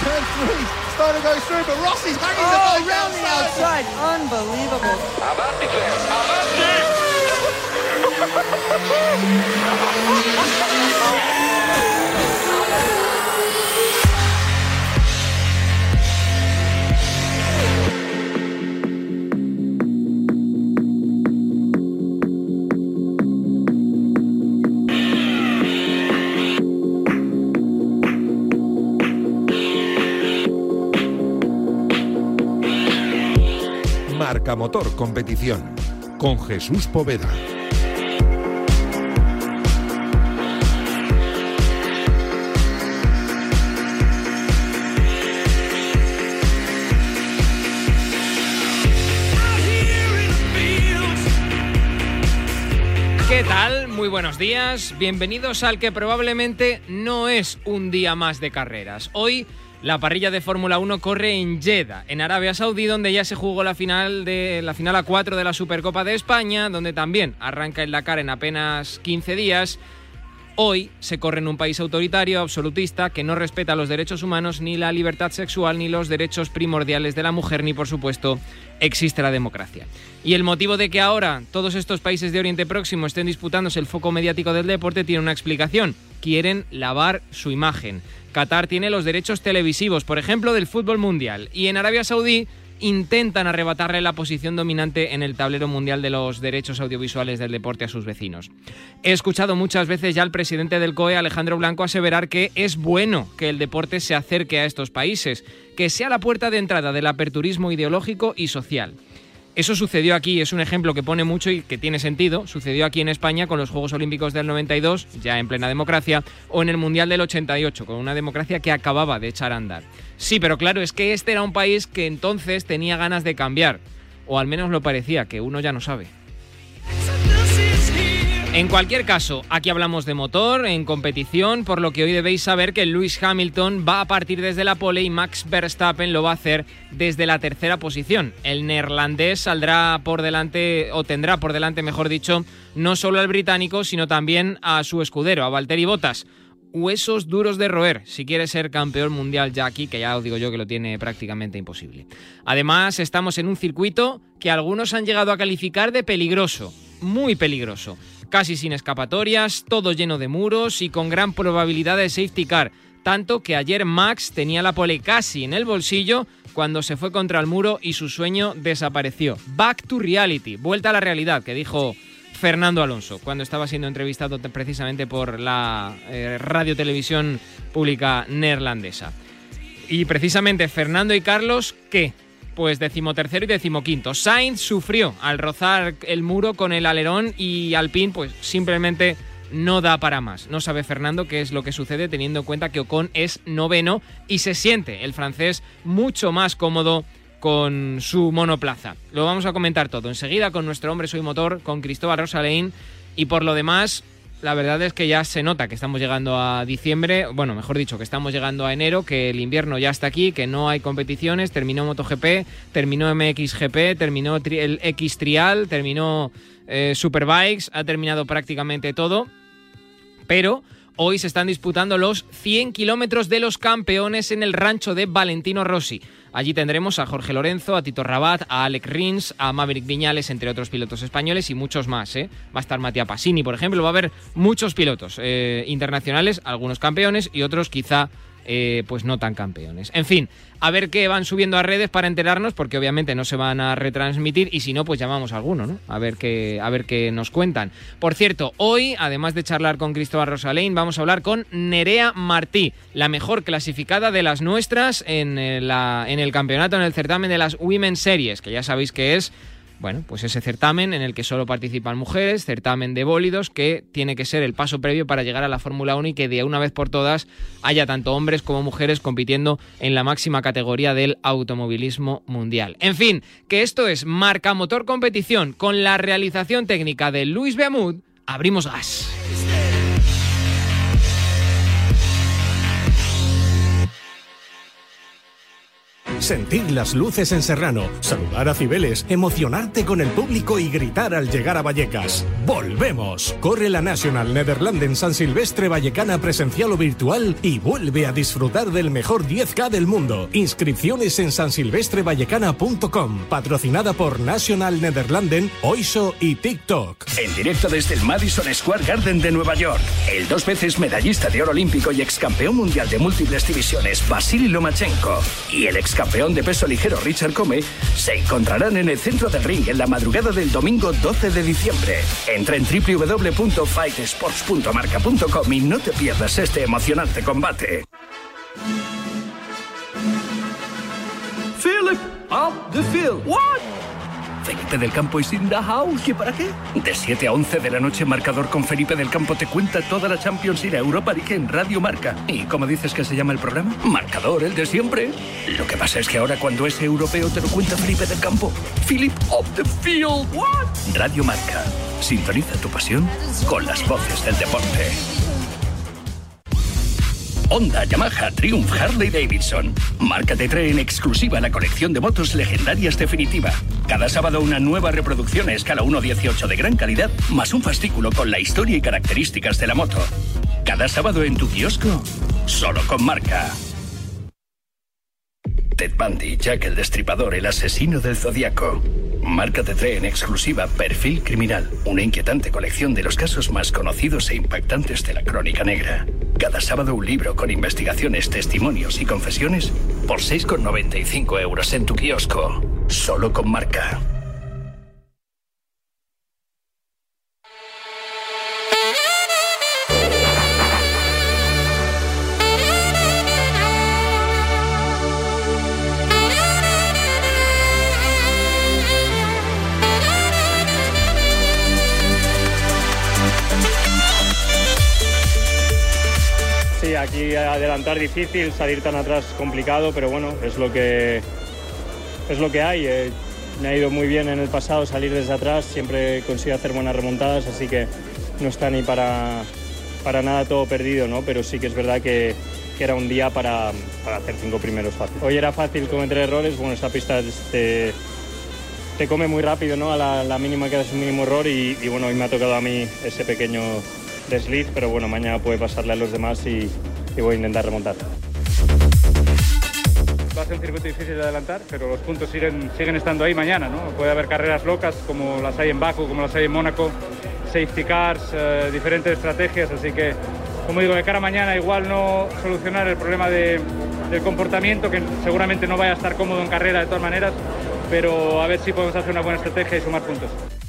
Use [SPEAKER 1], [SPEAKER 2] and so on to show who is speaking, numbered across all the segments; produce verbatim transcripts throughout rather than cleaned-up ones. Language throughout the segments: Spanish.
[SPEAKER 1] turn three, starting to go through, but Rossi's hanging the
[SPEAKER 2] Oh,
[SPEAKER 1] bike
[SPEAKER 2] round the outside. Unbelievable.
[SPEAKER 3] Avanti, Fer, avanti!
[SPEAKER 4] Marca Motor Competición con Jesús Poveda.
[SPEAKER 5] ¿Qué tal? Muy buenos días. Bienvenidos al que probablemente no es un día más de carreras. Hoy la parrilla de Fórmula uno corre en Jeddah, en Arabia Saudí, donde ya se jugó la final de la final a cuatro de la Supercopa de España, donde también arranca el Dakar en apenas quince días. Hoy se corre en un país autoritario, absolutista, que no respeta los derechos humanos, ni la libertad sexual, ni los derechos primordiales de la mujer, ni, por supuesto, existe la democracia. Y el motivo de que ahora todos estos países de Oriente Próximo estén disputándose el foco mediático del deporte tiene una explicación. Quieren lavar su imagen. Qatar tiene los derechos televisivos, por ejemplo, del fútbol mundial. Y en Arabia Saudí intentan arrebatarle la posición dominante en el tablero mundial de los derechos audiovisuales del deporte a sus vecinos. He escuchado muchas veces ya al presidente del C O E, Alejandro Blanco, aseverar que es bueno que el deporte se acerque a estos países, que sea la puerta de entrada del aperturismo ideológico y social. Eso sucedió aquí, es un ejemplo que pone mucho y que tiene sentido. Sucedió aquí en España con los Juegos Olímpicos del noventa y dos, ya en plena democracia, o en el Mundial del ochenta y ocho, con una democracia que acababa de echar a andar. Sí, pero claro, es que este era un país que entonces tenía ganas de cambiar, o al menos lo parecía, que uno ya no sabe. En cualquier caso, aquí hablamos de motor, en competición, por lo que hoy debéis saber que Lewis Hamilton va a partir desde la pole y Max Verstappen lo va a hacer desde la tercera posición. El neerlandés saldrá por delante, o tendrá por delante, mejor dicho, no solo al británico, sino también a su escudero, a Valtteri Bottas. Huesos duros de roer si quiere ser campeón mundial ya aquí, que ya os digo yo que lo tiene prácticamente imposible. Además, estamos en un circuito que algunos han llegado a calificar de peligroso, muy peligroso. Casi sin escapatorias, todo lleno de muros y con gran probabilidad de safety car. Tanto que ayer Max tenía la pole casi en el bolsillo cuando se fue contra el muro y su sueño desapareció. Back to reality, vuelta a la realidad, que dijo Fernando Alonso cuando estaba siendo entrevistado precisamente por la eh, radio-televisión pública neerlandesa. Y precisamente Fernando y Carlos, ¿qué? Pues decimotercero y decimoquinto. Sainz sufrió al rozar el muro con el alerón y Alpine pues simplemente no da para más. No sabe Fernando qué es lo que sucede, teniendo en cuenta que Ocon es noveno y se siente el francés mucho más cómodo con su monoplaza. Lo vamos a comentar todo enseguida con nuestro hombre Soy Motor, con Cristóbal Rosalén, y por lo demás, la verdad es que ya se nota que estamos llegando a diciembre, bueno, mejor dicho, que estamos llegando a enero, que el invierno ya está aquí, que no hay competiciones, terminó MotoGP, terminó M X G P, terminó tri- el X Trial, terminó eh, Superbikes, ha terminado prácticamente todo, pero hoy se están disputando los cien kilómetros de los campeones en el rancho de Valentino Rossi. Allí tendremos a Jorge Lorenzo, a Tito Rabat, a Alex Rins, a Maverick Viñales, entre otros pilotos españoles y muchos más, ¿eh? Va a estar Mattia Pasini, por ejemplo, va a haber muchos pilotos eh, internacionales, algunos campeones y otros quizá eh, pues no tan campeones. En fin, a ver qué van subiendo a redes para enterarnos, porque obviamente no se van a retransmitir y si no, pues llamamos a alguno, ¿no? A ver qué, a ver qué nos cuentan. Por cierto, hoy, además de charlar con Cristóbal Rosalén, vamos a hablar con Nerea Martí, la mejor clasificada de las nuestras en, la, en el campeonato, en el certamen de las Women's Series, que ya sabéis que es, bueno, pues ese certamen en el que solo participan mujeres, certamen de bólidos, que tiene que ser el paso previo para llegar a la Fórmula uno y que de una vez por todas haya tanto hombres como mujeres compitiendo en la máxima categoría del automovilismo mundial. En fin, que esto es Marca Motor Competición, con la realización técnica de Luis Beamud. Abrimos gas.
[SPEAKER 6] sentir las luces en Serrano, saludar a Cibeles, emocionarte con el público y gritar al llegar a Vallecas. ¡Volvemos! Corre la National Nederlanden San Silvestre Vallecana presencial o virtual y vuelve a disfrutar del mejor diez K del mundo. Inscripciones en san silvestre vallecana punto com, patrocinada por National Nederlanden, Oiso y TikTok.
[SPEAKER 7] En directo desde el Madison Square Garden de Nueva York, el dos veces medallista de oro olímpico y ex campeón mundial de múltiples divisiones Vasily Lomachenko y el ex campeón de peso ligero Richard Come se encontrarán en el centro del ring en la madrugada del domingo doce de diciembre. Entra en doble u doble u doble u punto fight sports punto marca punto com y no te pierdas este emocionante combate.
[SPEAKER 8] Philip of the field. What?
[SPEAKER 7] Felipe del Campo is in the house.
[SPEAKER 8] ¿Qué para qué?
[SPEAKER 7] De siete a once de la noche, Marcador con Felipe del Campo te cuenta toda la Champions y la Europa League en Radio Marca. ¿Y cómo dices que se llama el programa? Marcador, el de siempre. Lo que pasa es que ahora cuando es europeo te lo cuenta Felipe del Campo. Philip of the field.
[SPEAKER 8] What?
[SPEAKER 7] Radio Marca. Sintoniza tu pasión con las voces del deporte. Honda, Yamaha, Triumph, Harley Davidson. Marca te trae en exclusiva la colección de motos legendarias definitiva. Cada sábado una nueva reproducción a escala uno dieciocho de gran calidad, más un fascículo con la historia y características de la moto. Cada sábado en tu kiosco, solo con Marca. Ted Bundy, Jack el Destripador, el asesino del Zodíaco. Marca te trae en exclusiva Perfil Criminal, una inquietante colección de los casos más conocidos e impactantes de la crónica negra. Cada sábado un libro con investigaciones, testimonios y confesiones por seis con noventa y cinco euros en tu kiosco. Solo con Marca.
[SPEAKER 9] Sí, aquí adelantar difícil, salir tan atrás complicado, pero bueno, es lo que es lo que hay. Eh, me ha ido muy bien en el pasado salir desde atrás, siempre consigo hacer buenas remontadas, así que no está ni para, para nada todo perdido, ¿no? Pero sí que es verdad que, que era un día para, para hacer cinco primeros fácil. Hoy era fácil cometer errores, bueno, esta pista te, te come muy rápido, ¿no? A la, la mínima que haces un mínimo error y, y bueno, hoy me ha tocado a mí ese pequeño desliz, pero bueno, mañana puede pasarle a los demás y, y voy a intentar remontar.
[SPEAKER 10] Va a ser un circuito difícil de adelantar, pero los puntos siguen, siguen estando ahí mañana, ¿no? Puede haber carreras locas como las hay en Baku, como las hay en Mónaco, safety cars, eh, diferentes estrategias, así que, como digo, de cara a mañana igual no solucionar el problema de, del comportamiento, que seguramente no vaya a estar cómodo en carrera de todas maneras, pero a ver si podemos hacer una buena estrategia y sumar puntos.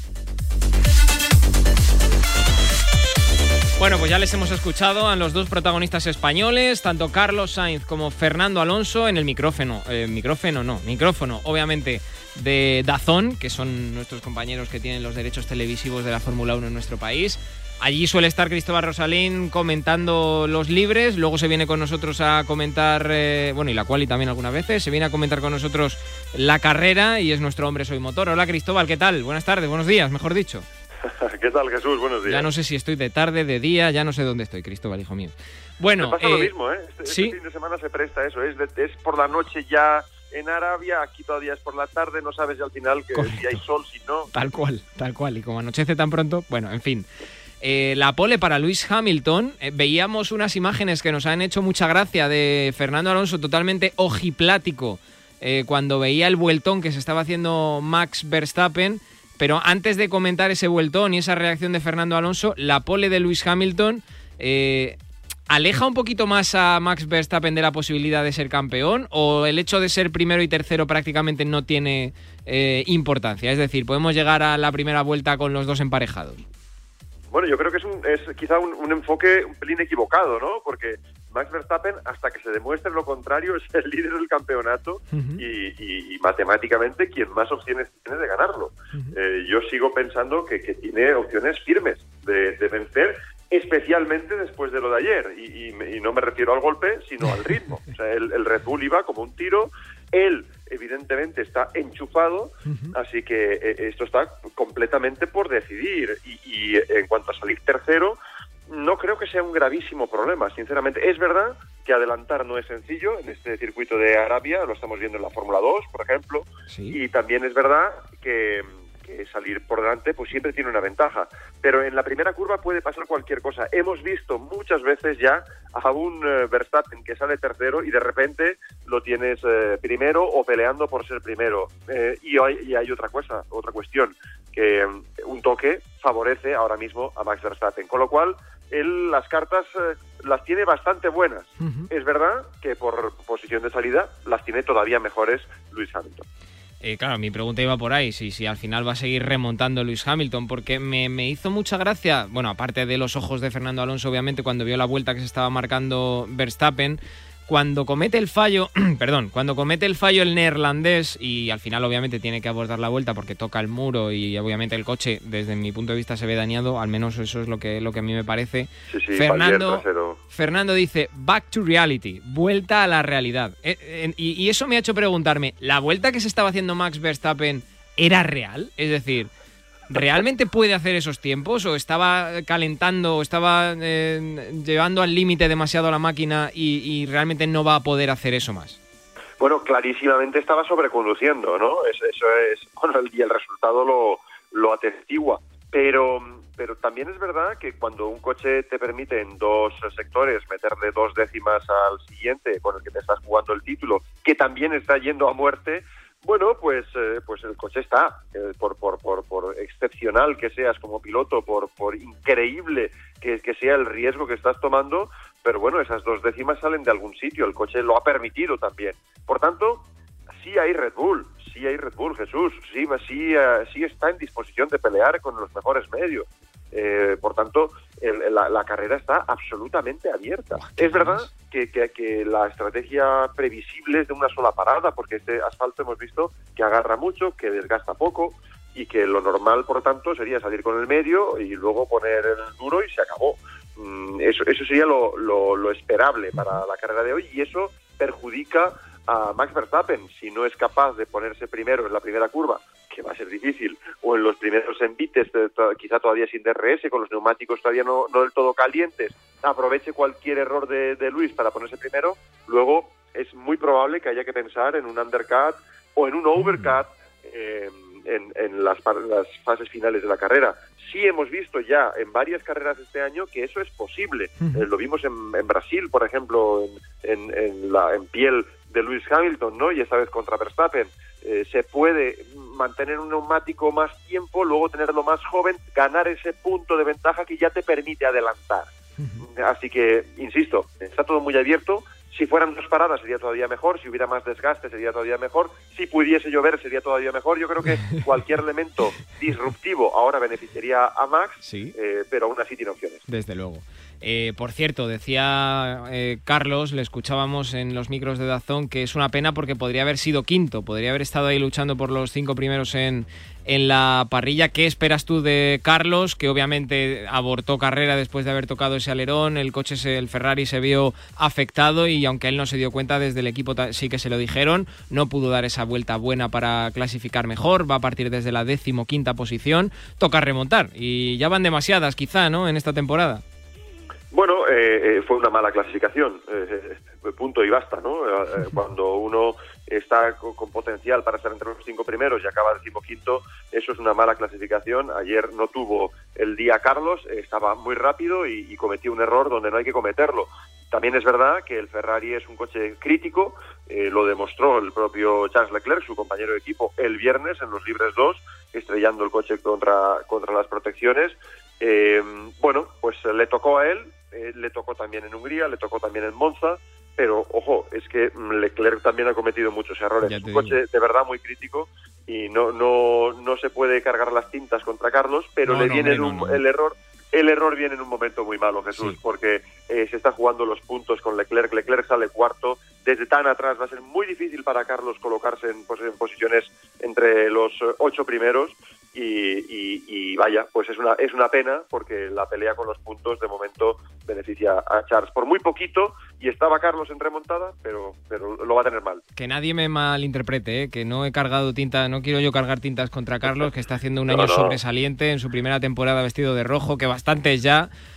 [SPEAKER 5] Bueno, pues ya les hemos escuchado a los dos protagonistas españoles, tanto Carlos Sainz como Fernando Alonso, en el micrófono, eh, micrófono no, micrófono, obviamente, de DAZN, que son nuestros compañeros que tienen los derechos televisivos de la Fórmula uno en nuestro país. Allí suele estar Cristóbal Rosalín comentando los libres, luego se viene con nosotros a comentar, eh, bueno, y la quali también algunas veces, se viene a comentar con nosotros la carrera y es nuestro hombre Soy Motor. Hola Cristóbal, ¿qué tal? Buenas tardes, buenos días, mejor dicho.
[SPEAKER 11] ¿Qué tal, Jesús? Buenos días.
[SPEAKER 5] Ya no sé si estoy de tarde, de día, ya no sé dónde estoy, Cristóbal, hijo mío. Bueno,
[SPEAKER 11] me pasa
[SPEAKER 5] eh,
[SPEAKER 11] lo mismo, ¿eh? Este,
[SPEAKER 5] ¿sí?
[SPEAKER 11] este fin de semana se presta eso, es, de, es por la noche ya en Arabia, aquí todavía es por la tarde, no sabes ya al final que Correcto. Si hay sol, si no...
[SPEAKER 5] Tal cual, tal cual, y como anochece tan pronto, bueno, en fin. Eh, la pole para Lewis Hamilton, eh, veíamos unas imágenes que nos han hecho mucha gracia de Fernando Alonso totalmente ojiplático eh, cuando veía el vueltón que se estaba haciendo Max Verstappen. Pero antes de comentar ese vueltón y esa reacción de Fernando Alonso, la pole de Lewis Hamilton eh, ¿aleja un poquito más a Max Verstappen de la posibilidad de ser campeón? ¿O el hecho de ser primero y tercero prácticamente no tiene eh, importancia? Es decir, ¿podemos llegar a la primera vuelta con los dos emparejados?
[SPEAKER 11] Bueno, yo creo que es, un, es quizá un, un enfoque un pelín equivocado, ¿no? Porque Max Verstappen, hasta que se demuestre lo contrario, es el líder del campeonato uh-huh. y, y, y matemáticamente quien más opciones tiene de ganarlo. Uh-huh. Eh, yo sigo pensando que, que tiene opciones firmes de, de vencer, especialmente después de lo de ayer. Y, y, y no me refiero al golpe, sino al ritmo. O sea, el, el Red Bull iba como un tiro, él evidentemente está enchufado, uh-huh. así que eh, esto está completamente por decidir. Y, y en cuanto a salir tercero, no creo que sea un gravísimo problema, sinceramente. Es verdad que adelantar no es sencillo en este circuito de Arabia, lo estamos viendo en la Fórmula dos, por ejemplo,
[SPEAKER 5] sí.
[SPEAKER 11] Y también es verdad que, que salir por delante pues siempre tiene una ventaja, pero en la primera curva puede pasar cualquier cosa. Hemos visto muchas veces ya a un uh, Verstappen que sale tercero y de repente lo tienes uh, primero o peleando por ser primero, eh, y, hay, y hay otra cosa, otra cuestión, que um, un toque favorece ahora mismo a Max Verstappen, con lo cual él las cartas eh, las tiene bastante buenas. Uh-huh. Es verdad que por posición de salida las tiene todavía mejores Lewis Hamilton.
[SPEAKER 5] Eh, claro, mi pregunta iba por ahí, si, si al final va a seguir remontando Lewis Hamilton, porque me, me hizo mucha gracia, bueno, aparte de los ojos de Fernando Alonso, obviamente, cuando vio la vuelta que se estaba marcando Verstappen, cuando comete el fallo, perdón, cuando comete el fallo el neerlandés y al final obviamente tiene que abordar la vuelta porque toca el muro y obviamente el coche desde mi punto de vista se ve dañado, al menos eso es lo que, lo que a mí me parece.
[SPEAKER 11] Sí, sí,
[SPEAKER 5] Fernando, Fernando dice, back to reality, vuelta a la realidad. Eh, eh, y, y eso me ha hecho preguntarme, ¿la vuelta que se estaba haciendo Max Verstappen era real? Es decir, ¿realmente puede hacer esos tiempos o estaba calentando o estaba eh, llevando al límite demasiado la máquina y, y realmente no va a poder hacer eso más?
[SPEAKER 11] Bueno, clarísimamente estaba sobreconduciendo, ¿no? Eso, eso es, bueno, y el resultado lo, lo atestigua. Pero, pero también es verdad que cuando un coche te permite en dos sectores meterle dos décimas al siguiente con el que te estás jugando el título, que también está yendo a muerte, bueno, pues eh, pues el coche está, eh, por, por, por, por excepcional que seas como piloto, por, por increíble que, que sea el riesgo que estás tomando, pero bueno, esas dos décimas salen de algún sitio, el coche lo ha permitido también. Por tanto, sí hay Red Bull, sí hay Red Bull, Jesús, sí, sí, uh, sí está en disposición de pelear con los mejores medios. Eh, por tanto, el, la, la carrera está absolutamente abierta. Oh, es verdad que, que, que la estrategia previsible es de una sola parada, porque este asfalto hemos visto que agarra mucho, que desgasta poco, y que lo normal, por tanto, sería salir con el medio y luego poner el duro y se acabó. Mm, eso, eso sería lo, lo, lo esperable para la carrera de hoy, y eso perjudica a Max Verstappen si no es capaz de ponerse primero en la primera curva, que va a ser difícil, o en los primeros envites, quizá todavía sin D R S, con los neumáticos todavía no, no del todo calientes, aproveche cualquier error de, de Luis para ponerse primero, luego es muy probable que haya que pensar en un undercut o en un overcut eh, en, en las, las fases finales de la carrera. Sí hemos visto ya en varias carreras este año que eso es posible. Uh-huh. Eh, lo vimos en, en Brasil, por ejemplo, en, en, en, la, en piel de Lewis Hamilton, ¿no? Y esta vez contra Verstappen. Eh, se puede mantener un neumático más tiempo, luego tenerlo más joven, ganar ese punto de ventaja que ya te permite adelantar. Uh-huh. Así que, insisto, está todo muy abierto. Si fueran dos paradas sería todavía mejor, si hubiera más desgaste sería todavía mejor, si pudiese llover sería todavía mejor. Yo creo que cualquier elemento disruptivo ahora beneficiaría a Max, sí. eh, pero aún así tiene opciones.
[SPEAKER 5] Desde luego. Eh, por cierto, decía eh, Carlos, le escuchábamos en los micros de DAZN, que es una pena porque podría haber sido quinto, podría haber estado ahí luchando por los cinco primeros en, en la parrilla. ¿Qué esperas tú de Carlos, que obviamente abortó carrera después de haber tocado ese alerón? El coche, se, el Ferrari se vio afectado y aunque él no se dio cuenta, desde el equipo sí que se lo dijeron, no pudo dar esa vuelta buena para clasificar mejor, va a partir desde la decimoquinta posición, toca remontar y ya van demasiadas quizá, ¿no?, en esta temporada.
[SPEAKER 11] Bueno, eh, fue una mala clasificación, eh, punto y basta, ¿no? Eh, cuando uno está con, con potencial para estar entre los cinco primeros y acaba decimoquinto, eso es una mala clasificación. Ayer no tuvo el día Carlos, estaba muy rápido y, y cometió un error donde no hay que cometerlo. También es verdad que el Ferrari es un coche crítico, eh, lo demostró el propio Charles Leclerc, su compañero de equipo, el viernes en los libres dos, estrellando el coche contra, contra las protecciones. Eh, bueno, pues le tocó a él. Eh, le tocó también en Hungría, le tocó también en Monza, pero ojo, es que Leclerc también ha cometido muchos errores. Es un coche de verdad muy crítico y no no no se puede cargar las tintas contra Carlos, pero no, le no, viene no, un, no, no. el error el error viene en un momento muy malo, Jesús, sí. porque eh, se está jugando los puntos con Leclerc. Leclerc sale cuarto, desde tan atrás va a ser muy difícil para Carlos colocarse en, pues, en posiciones entre los ocho primeros. Y, y, y vaya, pues es una es una pena porque la pelea con los puntos de momento beneficia a Charles por muy poquito y estaba Carlos en remontada, pero pero lo va a tener mal.
[SPEAKER 5] Que nadie me malinterprete, ¿eh? Que no he cargado tinta, no quiero yo cargar tintas contra Carlos, que está haciendo un año no, no. sobresaliente en su primera temporada vestido de rojo, que bastantes ya.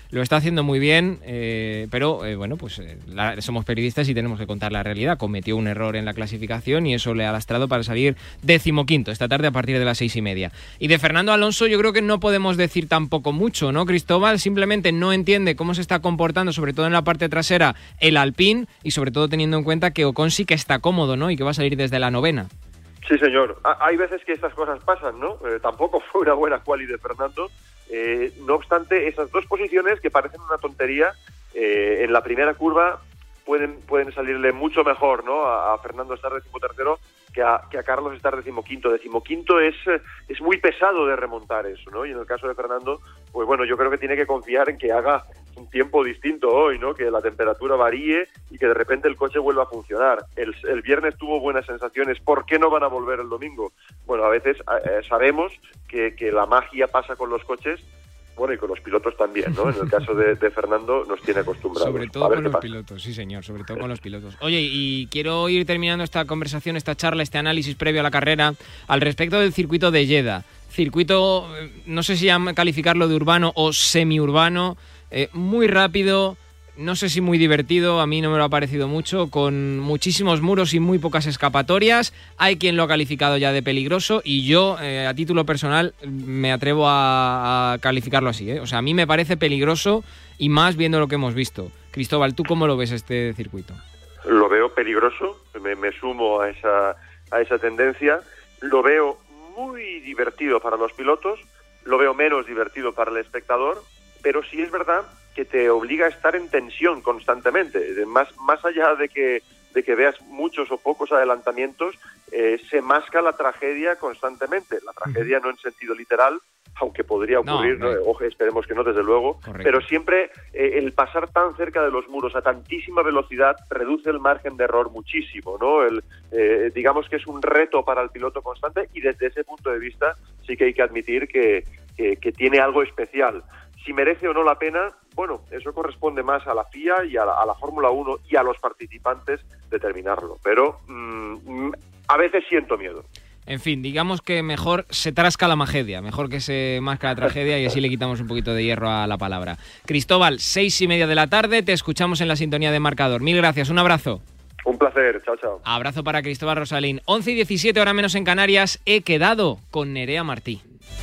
[SPEAKER 5] lo está haciendo muy bien, eh, pero eh, bueno, pues eh, la, somos periodistas y tenemos que contar la realidad. Cometió un error en la clasificación y eso le ha lastrado para salir decimoquinto esta tarde a partir de las seis y media. Y de Fernando Alonso yo creo que no podemos decir tampoco mucho, ¿no, Cristóbal? Simplemente no entiende cómo se está comportando, sobre todo en la parte trasera, el Alpine, y sobre todo teniendo en cuenta que Ocon sí que está cómodo, ¿no? Y que va a salir desde la novena.
[SPEAKER 11] Sí, señor. Hay veces que estas cosas pasan, ¿no? Eh, tampoco fue una buena quali de Fernando. Eh, no obstante, esas dos posiciones que parecen una tontería, eh, en la primera curva pueden pueden salirle mucho mejor, ¿no? A, a Fernando estar decimotercero que a, que a Carlos estar decimoquinto. Decimoquinto es, es muy pesado de remontar eso, ¿no? Y en el caso de Fernando, pues bueno, yo creo que tiene que confiar en que haga un tiempo distinto hoy, ¿no? Que la temperatura varíe y que de repente el coche vuelva a funcionar. El, el viernes tuvo buenas sensaciones. ¿Por qué no van a volver el domingo? Bueno, a veces eh, sabemos que, que la magia pasa con los coches, bueno, y con los pilotos también, ¿no? En el caso de, de Fernando nos tiene acostumbrados.
[SPEAKER 5] Sobre todo con los pasa. pilotos, sí señor, sobre todo con los pilotos. Oye, y quiero ir terminando esta conversación, esta charla, este análisis previo a la carrera, al respecto del circuito de Jeddah. Circuito, no sé si calificarlo de urbano o semiurbano, eh, muy rápido, no sé si muy divertido, a mí no me lo ha parecido mucho, con muchísimos muros y muy pocas escapatorias. Hay quien lo ha calificado ya de peligroso y yo, eh, a título personal, me atrevo a, a calificarlo así, ¿eh? O sea, a mí me parece peligroso y más viendo lo que hemos visto. Cristóbal, ¿tú cómo lo ves este circuito?
[SPEAKER 11] Lo veo peligroso, me, me sumo a esa, a esa tendencia. Lo veo muy divertido para los pilotos, lo veo menos divertido para el espectador, pero sí es verdad que te obliga a estar en tensión constantemente. Más, más allá de que, de que veas muchos o pocos adelantamientos, eh, se masca la tragedia constantemente. La tragedia no en sentido literal, aunque podría ocurrir, no, no, ojo, esperemos que no, desde luego, correcto. Pero siempre eh, el pasar tan cerca de los muros a tantísima velocidad reduce el margen de error muchísimo, ¿no? El, eh, digamos que es un reto para el piloto constante y desde ese punto de vista sí que hay que admitir que, que, que tiene algo especial. Si merece o no la pena, bueno, eso corresponde más a la F I A y a la, a la Fórmula uno y a los participantes determinarlo. Pero mmm, a veces siento miedo.
[SPEAKER 5] En fin, digamos que mejor se trasca la magedia, mejor que se masca la tragedia y así le quitamos un poquito de hierro a la palabra. Cristóbal, seis y media de la tarde, te escuchamos en la sintonía de Marcador. Mil gracias, un abrazo.
[SPEAKER 11] Un placer, chao, chao.
[SPEAKER 5] Abrazo para Cristóbal Rosalín. once y diecisiete, hora menos en Canarias, he quedado con Nerea Martí.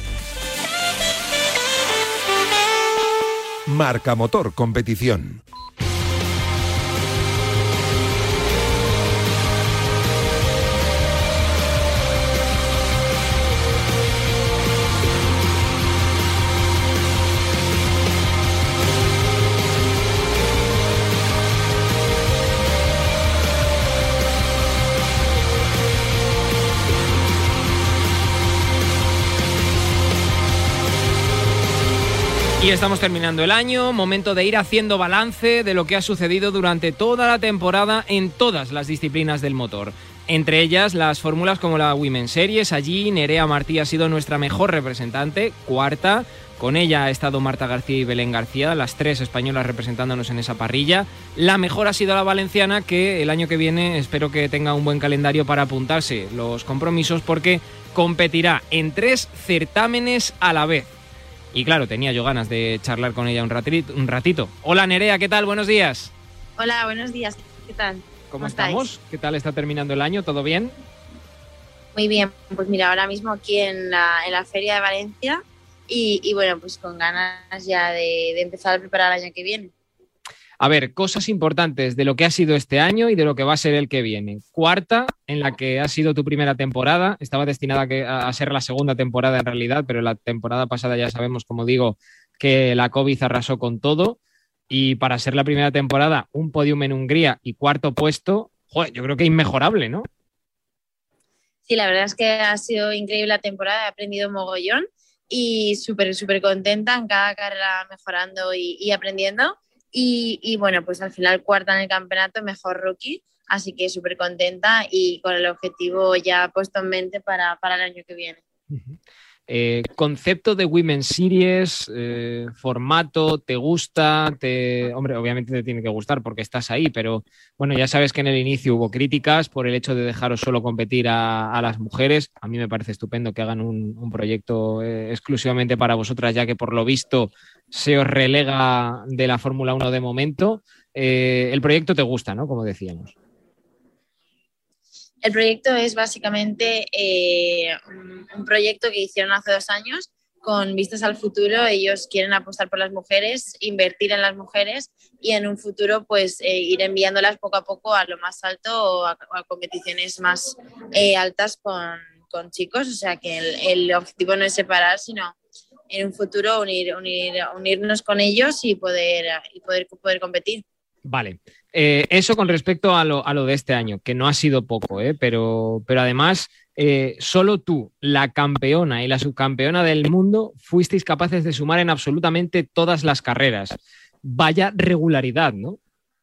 [SPEAKER 4] Marca Motor Competición.
[SPEAKER 5] Y estamos terminando el año, momento de ir haciendo balance de lo que ha sucedido durante toda la temporada en todas las disciplinas del motor. Entre ellas las fórmulas como la Women's Series. Allí Nerea Martí ha sido nuestra mejor representante, cuarta. Con ella ha estado Marta García y Belén García, las tres españolas representándonos en esa parrilla. La mejor ha sido la valenciana, que el año que viene espero que tenga un buen calendario para apuntarse los compromisos, porque competirá en tres certámenes a la vez. Y claro, tenía yo ganas de charlar con ella un ratito. Un ratito. Hola Nerea, ¿qué tal? Buenos días.
[SPEAKER 12] Hola, buenos días. ¿Qué tal?
[SPEAKER 5] ¿Cómo, ¿Cómo estamos? Estáis? ¿Qué tal está terminando el año? ¿Todo bien?
[SPEAKER 12] Muy bien. Pues mira, ahora mismo aquí en la, en la Feria de Valencia y, y bueno, pues con ganas ya de, de empezar a preparar el año que viene.
[SPEAKER 5] A ver, cosas importantes de lo que ha sido este año y de lo que va a ser el que viene. Cuarta, en la que ha sido tu primera temporada. Estaba destinada a, que, a ser la segunda temporada en realidad, pero la temporada pasada ya sabemos, como digo, que la COVID arrasó con todo. Y para ser la primera temporada, un podium en Hungría y cuarto puesto, joder, yo creo que inmejorable, ¿no?
[SPEAKER 12] Sí, la verdad es que ha sido increíble la temporada, he aprendido mogollón y súper, súper contenta en cada carrera mejorando y, y aprendiendo. Y, y bueno, pues al final cuarta en el campeonato, mejor rookie, así que súper contenta y con el objetivo ya puesto en mente para, para el año que viene.
[SPEAKER 5] Eh, concepto de Women's Series, eh, formato, ¿te gusta? Te... Hombre, obviamente te tiene que gustar porque estás ahí, pero bueno, ya sabes que en el inicio hubo críticas por el hecho de dejaros solo competir a, a las mujeres. A mí me parece estupendo que hagan un, un proyecto eh, exclusivamente para vosotras, ya que por lo visto se os relega de la Fórmula uno de momento. Eh, el proyecto te gusta, ¿no? Como decíamos.
[SPEAKER 12] El proyecto es básicamente eh, un, un proyecto que hicieron hace dos años con vistas al futuro. Ellos quieren apostar por las mujeres, invertir en las mujeres y en un futuro pues eh, ir enviándolas poco a poco a lo más alto o a, a competiciones más eh, altas con, con chicos. O sea que el, el objetivo no es separar, sino en un futuro unir, unir, unirnos con ellos y poder, y poder, poder competir.
[SPEAKER 5] Vale, eh, eso con respecto a lo, a lo de este año, que no ha sido poco, ¿eh? pero, pero además eh, solo tú, la campeona y la subcampeona del mundo, fuisteis capaces de sumar en absolutamente todas las carreras. Vaya regularidad, ¿no?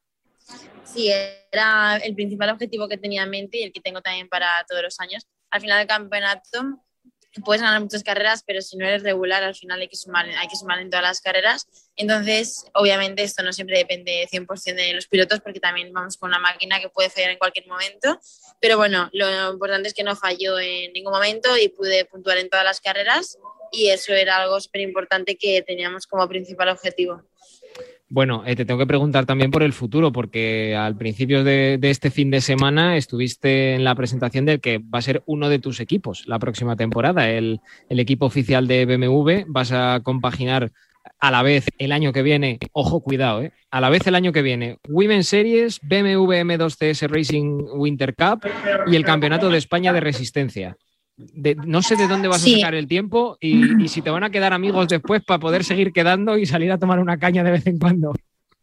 [SPEAKER 12] Sí, era el principal objetivo que tenía en mente y el que tengo también para todos los años. Al final del campeonato puedes ganar muchas carreras, pero si no eres regular, al final hay que sumar, hay que sumar en todas las carreras. Entonces, obviamente, esto no siempre depende cien por ciento de los pilotos, porque también vamos con una máquina que puede fallar en cualquier momento. Pero bueno, lo importante es que no falló en ningún momento y pude puntuar en todas las carreras, y eso era algo súper importante que teníamos como principal objetivo.
[SPEAKER 5] Bueno, eh, te tengo que preguntar también por el futuro, porque al principio de, de este fin de semana estuviste en la presentación del que va a ser uno de tus equipos la próxima temporada, el, el equipo oficial de B M W. Vas a compaginar a la vez el año que viene, ojo, cuidado, ¿eh? a la vez el año que viene Women's Series, B M W M dos C S Racing Winter Cup y el Campeonato de España de Resistencia. De, no sé de dónde vas sí. a sacar el tiempo y, y si te van a quedar amigos después para poder seguir quedando y salir a tomar una caña de vez en cuando.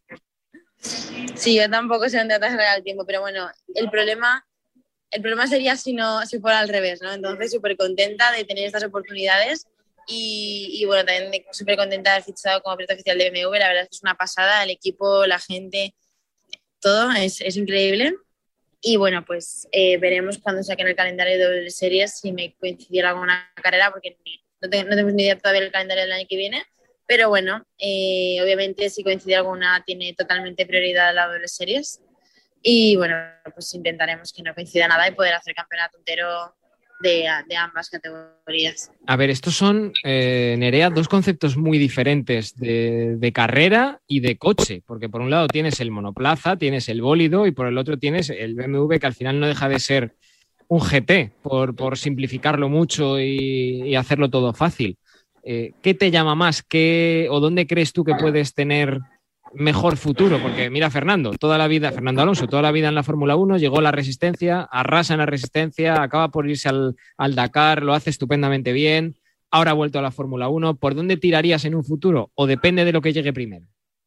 [SPEAKER 12] Sí, yo tampoco sé dónde te sacar el tiempo, pero bueno, el problema, el problema sería si, no, si fuera al revés, ¿no? Entonces, súper contenta de tener estas oportunidades y, y bueno, también súper contenta de haber fichado como piloto oficial de B M W. La verdad es que es una pasada, el equipo, la gente, todo es, es increíble. Y bueno, pues eh, veremos cuando saquen el calendario de doble series si me coincidiera alguna carrera, porque no, te, no tenemos ni idea todavía del calendario del año que viene. Pero bueno, eh, obviamente si coincide alguna tiene totalmente prioridad la doble series. Y bueno, pues intentaremos que no coincida nada y poder hacer campeonato entero de, de ambas categorías.
[SPEAKER 5] A ver, estos son, eh, Nerea, dos conceptos muy diferentes de, de carrera y de coche, porque por un lado tienes el monoplaza, tienes el bólido y por el otro tienes el B M W, que al final no deja de ser un G T, por, por simplificarlo mucho y, y hacerlo todo fácil. Eh, ¿Qué te llama más? ¿Qué, o dónde crees tú que puedes tener mejor futuro? Porque mira, Fernando, toda la vida, Fernando Alonso, toda la vida en la Fórmula uno, llegó a la Resistencia, arrasa en la Resistencia, acaba por irse al, al Dakar, lo hace estupendamente bien, ahora ha vuelto a la Fórmula uno. ¿Por dónde tirarías en un futuro? ¿O depende de lo que llegue primero?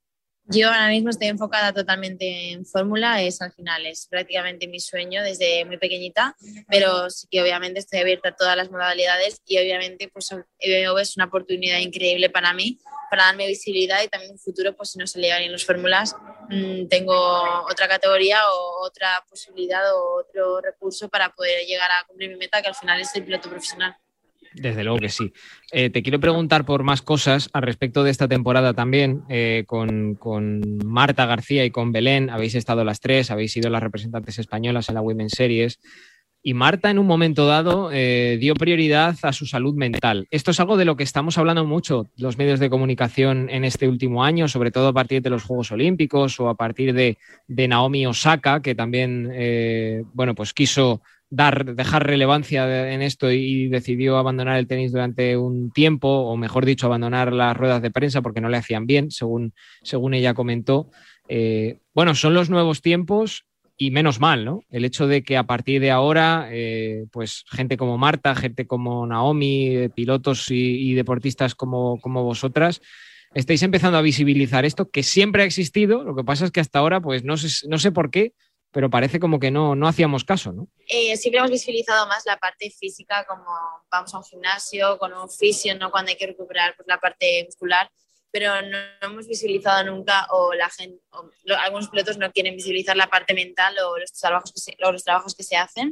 [SPEAKER 12] Yo ahora mismo estoy enfocada totalmente en Fórmula, es al final, es prácticamente mi sueño desde muy pequeñita, pero sí que obviamente estoy abierta a todas las modalidades y obviamente pues B M W es una oportunidad increíble para mí, para darme visibilidad y también en un futuro, pues si no salía bien las fórmulas, mmm, tengo otra categoría o otra posibilidad o otro recurso para poder llegar a cumplir mi meta, que al final es el piloto profesional.
[SPEAKER 5] Desde luego que sí. Eh, te quiero preguntar por más cosas al respecto de esta temporada también. Eh, con, con Marta García y con Belén habéis estado las tres, habéis sido las representantes españolas en la Women's Series. Y Marta en un momento dado eh, dio prioridad a su salud mental. Esto es algo de lo que estamos hablando mucho los medios de comunicación en este último año, sobre todo a partir de los Juegos Olímpicos o a partir de, de Naomi Osaka, que también eh, bueno, pues quiso dar, dejar relevancia en esto y decidió abandonar el tenis durante un tiempo, o mejor dicho, abandonar las ruedas de prensa porque no le hacían bien, según, según ella comentó. Eh, bueno, son los nuevos tiempos. Y menos mal, ¿no? El hecho de que a partir de ahora, eh, pues gente como Marta, gente como Naomi, eh, pilotos y, y deportistas como, como vosotras, estáis empezando a visibilizar esto que siempre ha existido. Lo que pasa es que hasta ahora, pues no sé, no sé por qué, pero parece como que no, no hacíamos caso, ¿no?
[SPEAKER 12] Eh, siempre hemos visibilizado más la parte física, como vamos a un gimnasio con un fisio, ¿no? Cuando hay que recuperar pues, la parte muscular. Pero no hemos visibilizado nunca, o la gente, o lo, algunos pilotos no quieren visibilizar la parte mental o los trabajos que se, o los trabajos que se hacen.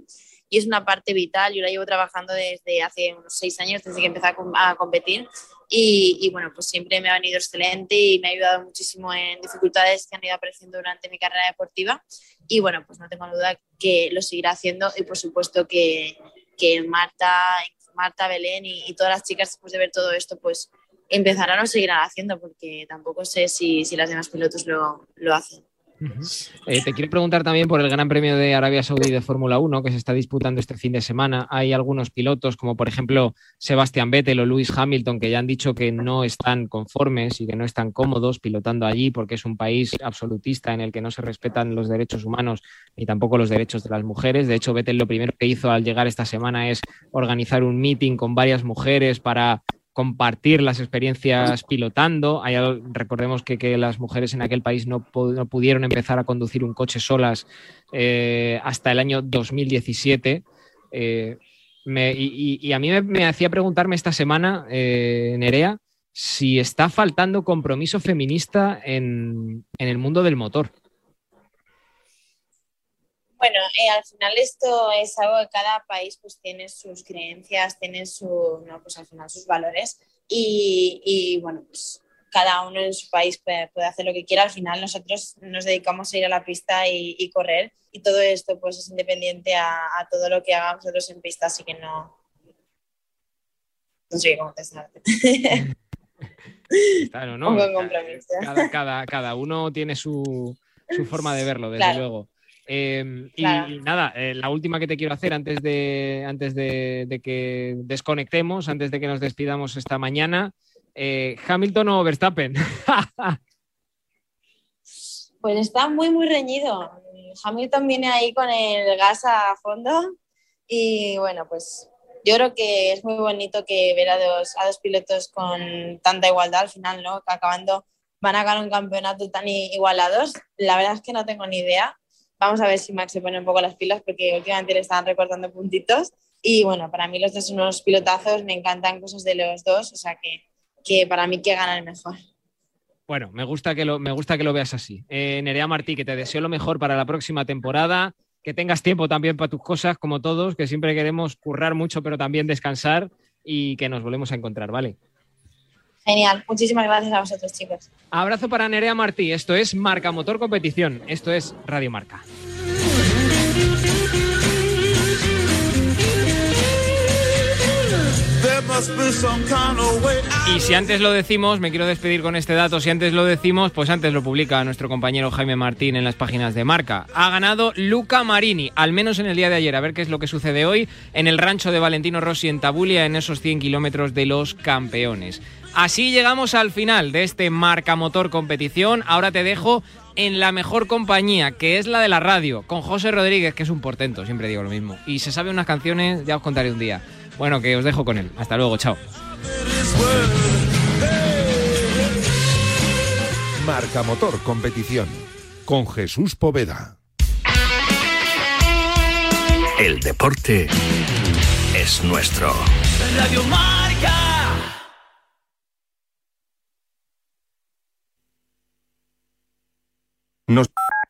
[SPEAKER 12] y es una parte vital. Yo la llevo trabajando desde hace unos seis años, desde que empecé a, a competir y, y bueno, pues siempre me ha venido excelente y me ha ayudado muchísimo en dificultades que han ido apareciendo durante mi carrera deportiva y bueno, pues no tengo duda que lo seguirá haciendo y por supuesto que, que Marta, Marta, Belén y, y todas las chicas después de ver todo esto pues empezarán o seguirán haciendo porque tampoco sé si, si las demás pilotos lo, lo hacen.
[SPEAKER 5] Uh-huh. Eh, te quiero preguntar también por el Gran Premio de Arabia Saudí de Fórmula uno que se está disputando este fin de semana. Hay algunos pilotos como por ejemplo Sebastian Vettel o Lewis Hamilton que ya han dicho que no están conformes y que no están cómodos pilotando allí porque es un país absolutista en el que no se respetan los derechos humanos ni tampoco los derechos de las mujeres. De hecho, Vettel lo primero que hizo al llegar esta semana es organizar un meeting con varias mujeres para compartir las experiencias pilotando. Hay, recordemos que, que las mujeres en aquel país no, no pudieron empezar a conducir un coche solas eh, hasta el año dos mil diecisiete. Eh, me, y, y a mí me, me hacía preguntarme esta semana, eh, Nerea, si está faltando compromiso feminista en, en el mundo del motor.
[SPEAKER 12] Bueno, eh, al final esto es algo que cada país pues tiene sus creencias, tiene su, no, pues al final sus valores y, y bueno, pues cada uno en su país puede, puede hacer lo que quiera. Al final nosotros nos dedicamos a ir a la pista y, y correr y todo esto pues es independiente a, a todo lo que hagamos nosotros en pista, así que no, no sé cómo contestarte.
[SPEAKER 5] Claro, ¿no? Cada, cada, cada uno tiene su, su forma de verlo, desde claro. luego. Eh, claro. y, y nada, eh, la última que te quiero hacer antes de, antes de, de que desconectemos, antes de que nos despidamos esta mañana, eh, ¿Hamilton o Verstappen?
[SPEAKER 12] Pues está muy muy reñido. Hamilton viene ahí con el gas a fondo y bueno, pues yo creo que es muy bonito que ver a dos, a dos pilotos con tanta igualdad al final, ¿no? Que acabando van a ganar un campeonato tan igualados. La verdad es que no tengo ni idea. Vamos a ver si Max se pone un poco las pilas porque últimamente le estaban recortando puntitos y bueno, para mí los dos son unos pilotazos, me encantan cosas de los dos, o sea que, que para mí que gana el mejor.
[SPEAKER 5] Bueno, me gusta que lo, me gusta que lo veas así. Eh, Nerea Martí, que te deseo lo mejor para la próxima temporada, que tengas tiempo también para tus cosas como todos, que siempre queremos currar mucho pero también descansar y que nos volvemos a encontrar, ¿vale?
[SPEAKER 12] Genial, muchísimas gracias a vosotros, chicos.
[SPEAKER 5] Abrazo para Nerea Martí, esto es Marca Motor Competición, esto es Radio Marca. Y si antes lo decimos, me quiero despedir con este dato, si antes lo decimos, pues antes lo publica nuestro compañero Jaime Martín en las páginas de Marca. Ha ganado Luca Marini, al menos en el día de ayer, a ver qué es lo que sucede hoy en el rancho de Valentino Rossi en Tabulia, en esos cien kilómetros de los campeones. Así llegamos al final de este Marca Motor Competición. Ahora te dejo en la mejor compañía, que es la de la radio, con José Rodríguez, que es un portento, siempre digo lo mismo. Y se sabe unas canciones, ya os contaré un día. Bueno, que os dejo con él. Hasta luego, chao.
[SPEAKER 4] Marca Motor Competición, con Jesús Poveda.
[SPEAKER 7] El deporte es nuestro.
[SPEAKER 8] Radio Marca.
[SPEAKER 7] Nos...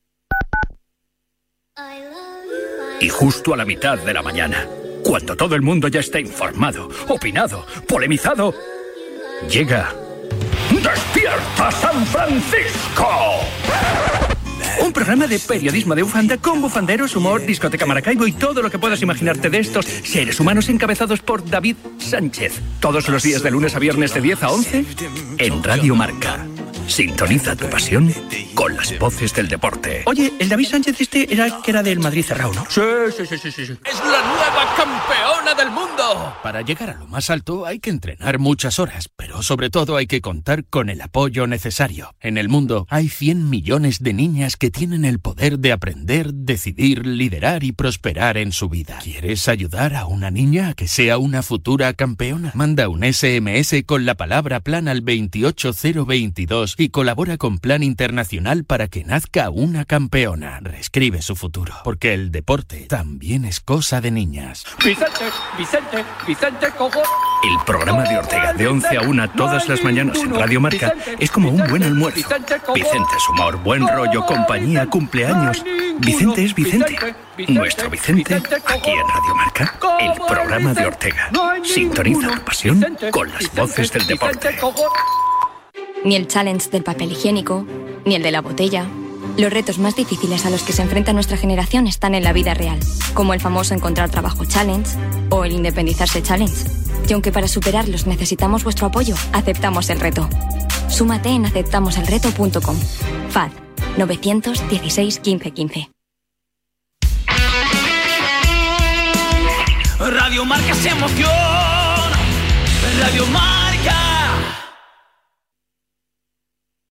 [SPEAKER 7] Y justo a la mitad de la mañana, cuando todo el mundo ya está informado, opinado, polemizado, llega ¡Despierta San Francisco! Un programa de periodismo de bufanda con bufanderos, humor, discoteca Maracaibo y todo lo que puedas imaginarte de estos seres humanos encabezados por David Sánchez. Todos los días de lunes a viernes de diez a once en Radio Marca. Sintoniza tu pasión con las voces del deporte. Oye, el David Sánchez este era que era del Madrid cerrado, ¿no?
[SPEAKER 8] Sí, sí, sí, sí, sí. ¡Es la nueva campeona del mundo!
[SPEAKER 13] Para llegar a lo más alto hay que entrenar muchas horas, pero sobre todo hay que contar con el apoyo necesario. En el mundo hay cien millones de niñas que tienen el poder de aprender, decidir, liderar y prosperar en su vida. ¿Quieres ayudar a una niña a que sea una futura campeona? Manda un ese eme ese con la palabra plan al veintiocho cero veintidós y colabora con Plan Internacional para que nazca una campeona. Reescribe su futuro, porque el deporte también es cosa de niñas.
[SPEAKER 8] Vicente, Vicente, Vicente, cojo.
[SPEAKER 7] El programa de Ortega de once a una todas las mañanas en Radio Marca es como un buen almuerzo. Vicente es humor, buen rollo, compañía, cumpleaños Vicente es Vicente. Nuestro Vicente, aquí en Radio Marca, el programa de Ortega. Sintoniza tu pasión con las voces del deporte.
[SPEAKER 14] Ni el challenge del papel higiénico, ni el de la botella. Los retos más difíciles a los que se enfrenta nuestra generación están en la vida real, como el famoso Encontrar Trabajo Challenge o el Independizarse Challenge. Y aunque para superarlos necesitamos vuestro apoyo, aceptamos el reto. Súmate en aceptamos el reto punto com. F A D nueve uno seis, quince, quince.
[SPEAKER 8] Radio Marca se emociona. Radio Marca